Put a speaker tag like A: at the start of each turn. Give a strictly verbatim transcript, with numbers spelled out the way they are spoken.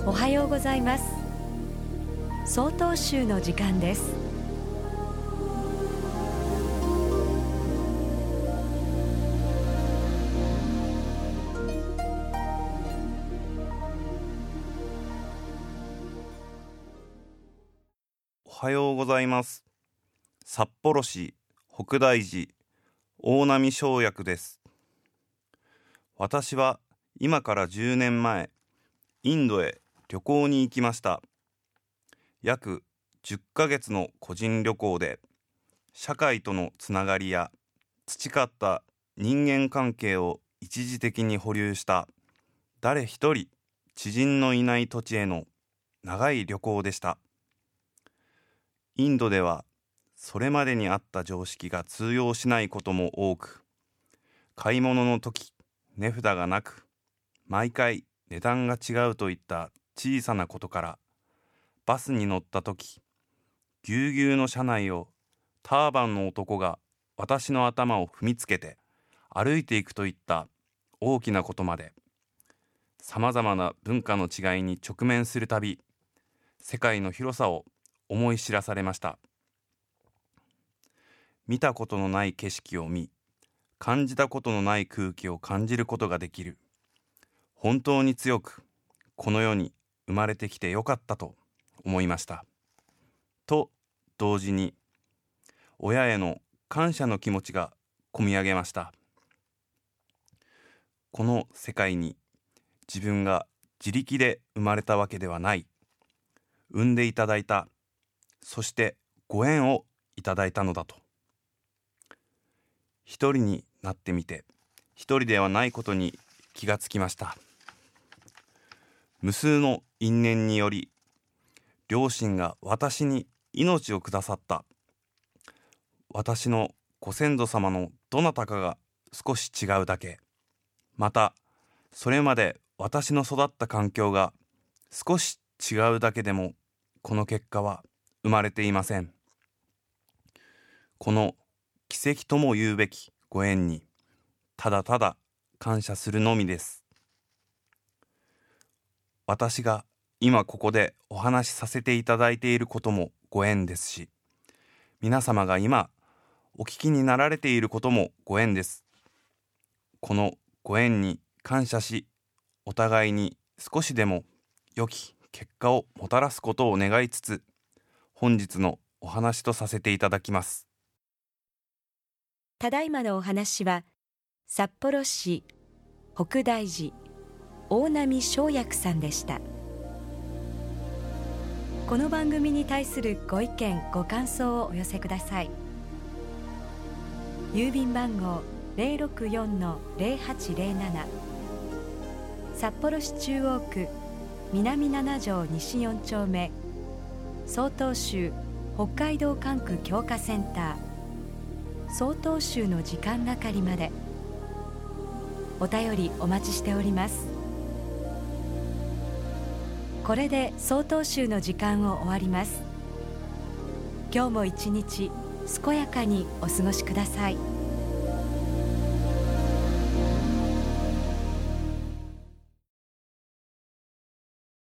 A: おはようございます。曹洞宗の時間です。
B: おはようございます。札幌市北大寺大波生薬です。私は今からじゅうねんまえ、インドへ旅行に行きました。約じゅっかげつの個人旅行で、社会とのつながりや培った人間関係を一時的に保留した誰一人知人のいない土地への長い旅行でした。インドではそれまでにあった常識が通用しないことも多く、買い物の時値札がなく、毎回値段が違うといった小さなことから、バスに乗った時ぎゅうぎゅうの車内をターバンの男が私の頭を踏みつけて歩いていくといった大きなことまで、さまざまな文化の違いに直面するたび、世界の広さを思い知らされました。見たことのない景色を見、感じたことのない空気を感じることができる。本当に強くこの世に生まれてきてよかったと思いました。と同時に、親への感謝の気持ちがこみ上げました。この世界に自分が自力で生まれたわけではない。産んでいただいた、そしてご縁をいただいたのだと。一人になってみて、一人ではないことに気がつきました。無数の因縁により、両親が私に命をくださった。私のご先祖様のどなたかが少し違うだけ。また、それまで私の育った環境が少し違うだけでも、この結果は生まれていません。この奇跡とも言うべきご縁に、ただただ感謝するのみです。私が今ここでお話しさせていただいていることもご縁ですし、皆様が今お聞きになられていることもご縁です。このご縁に感謝し、お互いに少しでも良き結果をもたらすことを願いつつ、本日のお話とさせていただきます。
A: ただいまのお話は、札幌市北大寺大波生薬さんでした。この番組に対するご意見ご感想をお寄せください。郵便番号 ゼロろくよんのゼロはちゼロなな、 札幌市中央区南なな条西よん丁目、曹洞宗北海道管区強化センター曹洞宗の時間係まで。お便りお待ちしております。これで曹洞宗の時間を終わります。今日も一日健やかにお過ごしください。